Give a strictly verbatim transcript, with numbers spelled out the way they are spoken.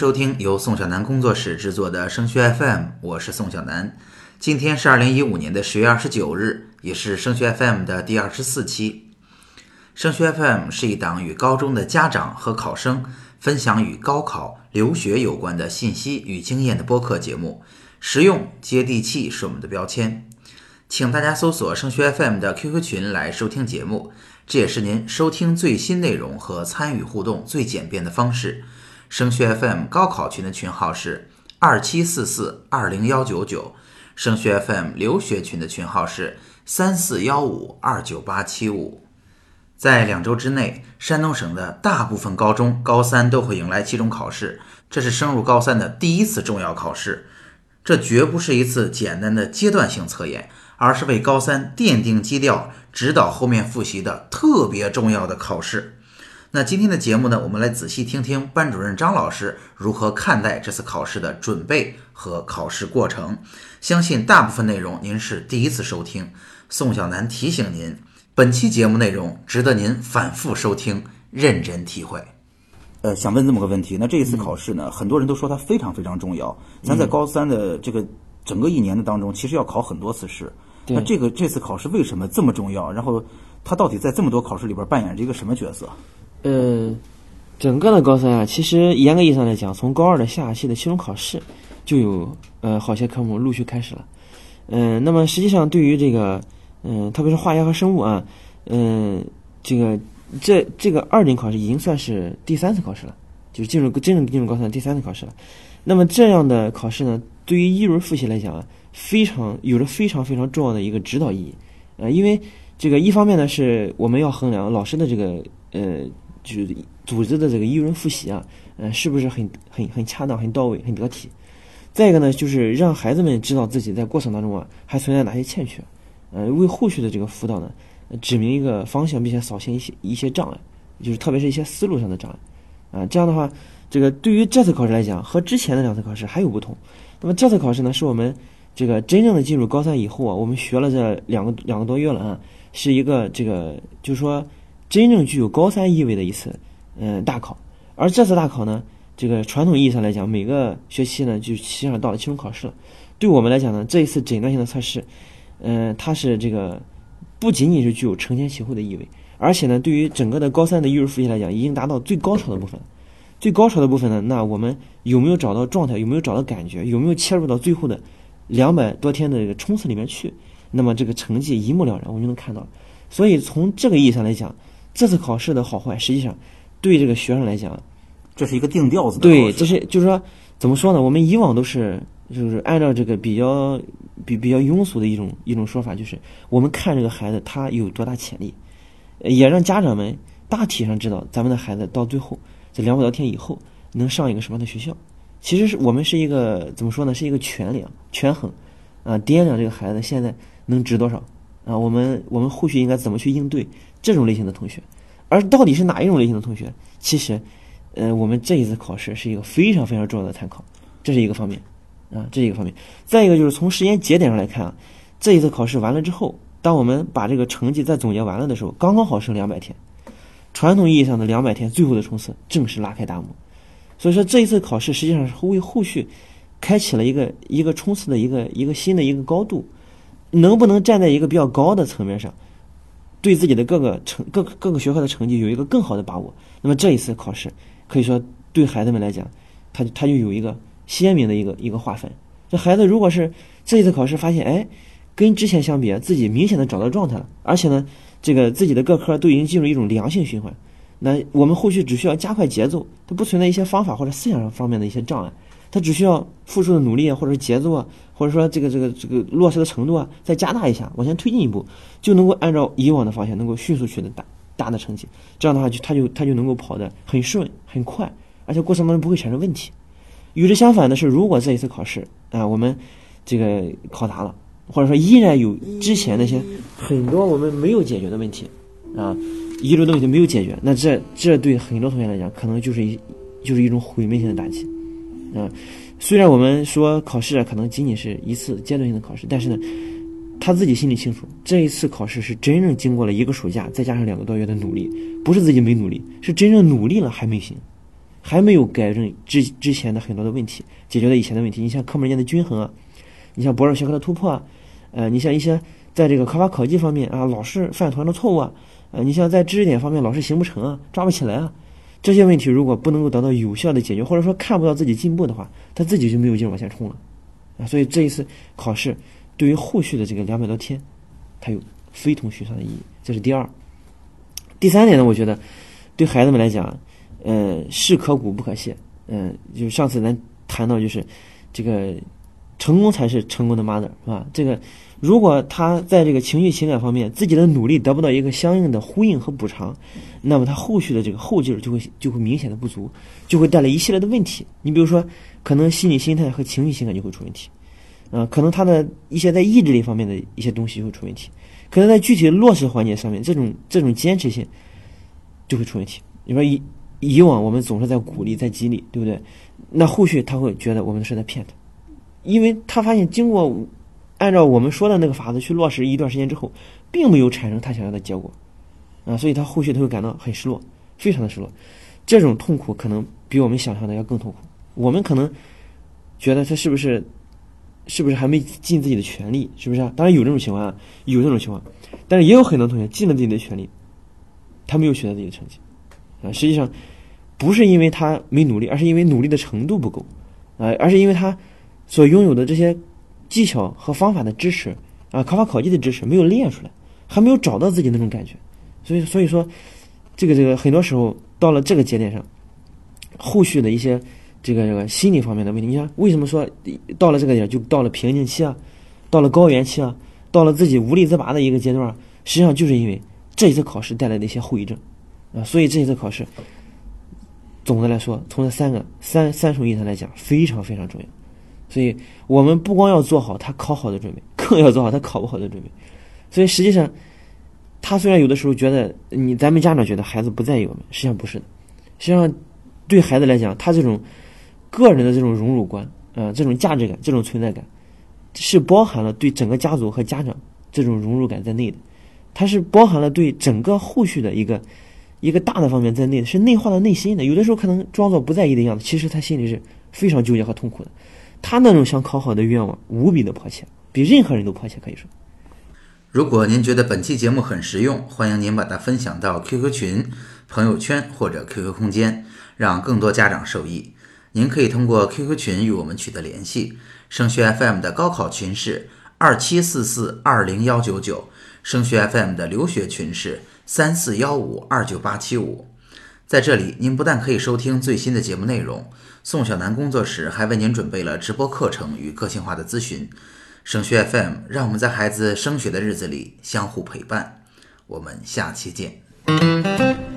收听由宋小南工作室制作的升学 F M， 我是宋小南。今天是二零一五年的十月二十九日，也是升学 F M 的第二十四期。升学 F M 是一档与高中的家长和考生分享与高考、留学有关的信息与经验的播客节目，实用接地气是我们的标签。请大家搜索升学 F M 的 Q Q 群来收听节目，这也是您收听最新内容和参与互动最简便的方式。升学 F M 高考群的群号是二七四四二零一九九，升学 F M 留学群的群号是三四一五二九八七五。在两周之内，山东省的大部分高中高三都会迎来期中考试，这是升入高三的第一次重要考试。这绝不是一次简单的阶段性测验，而是为高三奠定基调、指导后面复习的特别重要的考试。那今天的节目呢，我们来仔细听听班主任张老师如何看待这次考试的准备和考试过程。相信大部分内容您是第一次收听，宋小南提醒您，本期节目内容值得您反复收听，认真体会。 呃，想问这么个问题，那这一次考试呢，嗯、很多人都说它非常非常重要。咱在高三的这个整个一年的当中，其实要考很多次试。那这个这次考试为什么这么重要？然后它到底在这么多考试里边扮演着一个什么角色？ 呃，整个的高三啊，其实严格意义上来讲，从高二的下期的期中考试就有呃好些科目陆续开始了。嗯、呃，那么实际上对于这个嗯、呃，特别是化学和生物啊，嗯、呃，这个这这个二等考试已经算是第三次考试了，就是进入真正进入高三第三次考试了。那么这样的考试呢，对于一轮复习来讲啊，非常有着非常非常重要的一个指导意义。呃，因为这个一方面呢，是我们要衡量老师的这个呃。就是组织的这个一轮复习啊，呃，是不是很很很恰当、很到位、很得体？再一个呢，就是让孩子们知道自己在过程当中啊还存在哪些欠缺，呃，为后续的这个辅导呢，呃、指明一个方向，并且扫清一些一些障碍，就是特别是一些思路上的障碍啊。这样的话，这个对于这次考试来讲，和之前的两次考试还有不同。那么这次考试呢，是我们这个真正的进入高三以后啊，我们学了这两个两个多月了啊，是一个这个就是说。真正具有高三意味的一次嗯大考。而这次大考呢，这个传统意义上来讲，每个学期呢就基本上到了期中考试了。对我们来讲呢，这一次诊断性的测试嗯、呃，它是这个不仅仅是具有承前启后的意味，而且呢对于整个的高三的一轮复习来讲，已经达到最高潮的部分。最高潮的部分呢，那我们有没有找到状态，有没有找到感觉，有没有切入到最后的两百多天的这个冲刺里面去，那么这个成绩一目了然，我们就能看到。所以从这个意义上来讲，这次考试的好坏，实际上对这个学生来讲， 这是一个定调子的。 对，这是就是说，怎么说呢？我们以往都是就是按照这个比较比比较庸俗的一种一种说法，就是我们看这个孩子他有多大潜力，也让家长们大体上知道咱们的孩子到最后这两百多天以后能上一个什么样的学校。其实是我们是一个怎么说呢？是一个权量权衡啊，掂量这个孩子现在能值多少啊？我们我们后续应该怎么去应对这种类型的同学。而到底是哪一种类型的同学，其实呃，我们这一次考试是一个非常非常重要的参考，这是一个方面啊，这是一个方面。再一个就是从时间节点上来看啊，这一次考试完了之后，当我们把这个成绩再总结完了的时候，刚刚好剩两百天，传统意义上的两百天最后的冲刺正式拉开大幕。所以说这一次考试实际上是为后续开启了一个一个冲刺的一个一个新的一个高度，能不能站在一个比较高的层面上，对自己的各个成各各个学科的成绩有一个更好的把握，那么这一次考试可以说对孩子们来讲，他他就有一个鲜明的一个一个划分。这孩子如果是这一次考试发现，哎，跟之前相比，自己明显的找到状态了，而且呢，这个自己的各科都已经进入一种良性循环，那我们后续只需要加快节奏，它不存在一些方法或者思想方面的一些障碍，它只需要付出的努力啊，或者节奏啊，或者说这个这个这个落实的程度啊，再加大一下，往前推进一步，就能够按照以往的方向，能够迅速取得大大的成绩。这样的话，就他就他就能够跑得很顺很快，而且过程当中不会产生问题。与之相反的是，如果这一次考试啊、呃，我们这个考砸了，或者说依然有之前那些很多我们没有解决的问题啊，遗留的问题没有解决，那这这对很多同学来讲，可能就是一就是一种毁灭性的打击啊。虽然我们说考试啊，可能仅仅是一次阶段性的考试，但是呢，他自己心里清楚，这一次考试是真正经过了一个暑假，再加上两个多月的努力，不是自己没努力，是真正努力了还没行还没有改正之之前的很多的问题，解决了以前的问题。你像科目间的均衡啊，你像博士学科的突破啊，呃，你像一些在这个考法考纪方面啊，老是犯同样的错误啊，呃，你像在知识点方面老是行不成啊，抓不起来啊，这些问题如果不能够得到有效的解决，或者说看不到自己进步的话，他自己就没有劲往前冲了啊。所以这一次考试对于后续的这个两百多天，它有非同寻常的意义，这是第二。第三点呢，我觉得对孩子们来讲，呃，是可鼓不可泄。嗯、呃，就是上次咱谈到，就是这个成功才是成功的 mother， 是吧？这个如果他在这个情绪情感方面自己的努力得不到一个相应的呼应和补偿，那么他后续的这个后劲儿就会就会明显的不足，就会带来一系列的问题。你比如说，可能心理心态和情绪情感就会出问题，啊、呃，可能他的一些在意志力方面的一些东西就会出问题。可能在具体的落实环节上面，这种这种坚持性就会出问题。你说以以往我们总是在鼓励、在激励，对不对？那后续他会觉得我们是在骗他，因为他发现经过按照我们说的那个法子去落实一段时间之后，并没有产生他想要的结果啊，所以他后续他会感到很失落，非常的失落。这种痛苦可能比我们想象的要更痛苦。我们可能觉得他是不是？是不是还没尽自己的全力？是不是啊？当然有这种情况啊，有这种情况，但是也有很多同学尽了自己的全力，他没有取得自己的成绩啊。实际上不是因为他没努力，而是因为努力的程度不够啊，而是因为他所拥有的这些技巧和方法的支持啊，考法考纪的知识没有练出来，还没有找到自己那种感觉。所以，所以说，这个这个很多时候到了这个节点上，后续的一些。这个这个心理方面的问题，你看为什么说到了这个点就到了瓶颈期啊，到了高原期啊，到了自己无力自拔的一个阶段啊，实际上就是因为这一次考试带来的一些后遗症啊，所以这一次考试总的来说，从这三个三三重意义上来讲非常非常重要。所以我们不光要做好他考好的准备，更要做好他考不好的准备。所以实际上，他虽然有的时候觉得你咱们家长觉得孩子不在意我们，实际上不是的。实际上对孩子来讲，他这种个人的这种荣辱观啊、呃，这种价值感，这种存在感，是包含了对整个家族和家长这种荣辱感在内的，它是包含了对整个后续的一个一个大的方面在内的，是内化到内心的。有的时候可能装作不在意的样子，其实他心里是非常纠结和痛苦的。他那种想考好的愿望无比的迫切，比任何人都迫切，可以说。 如果您觉得本期节目很实用，欢迎您把它分享到 Q Q 群、朋友圈或者 Q Q 空间，让更多家长受益。您可以通过 Q Q 群与我们取得联系，升学 F M 的高考群是二七四四二零一九九，升学 F M 的留学群是三四一五二九八七五。在这里，您不但可以收听最新的节目内容，宋小南工作室还为您准备了直播课程与个性化的咨询。升学 F M 让我们在孩子升学的日子里相互陪伴。我们下期见。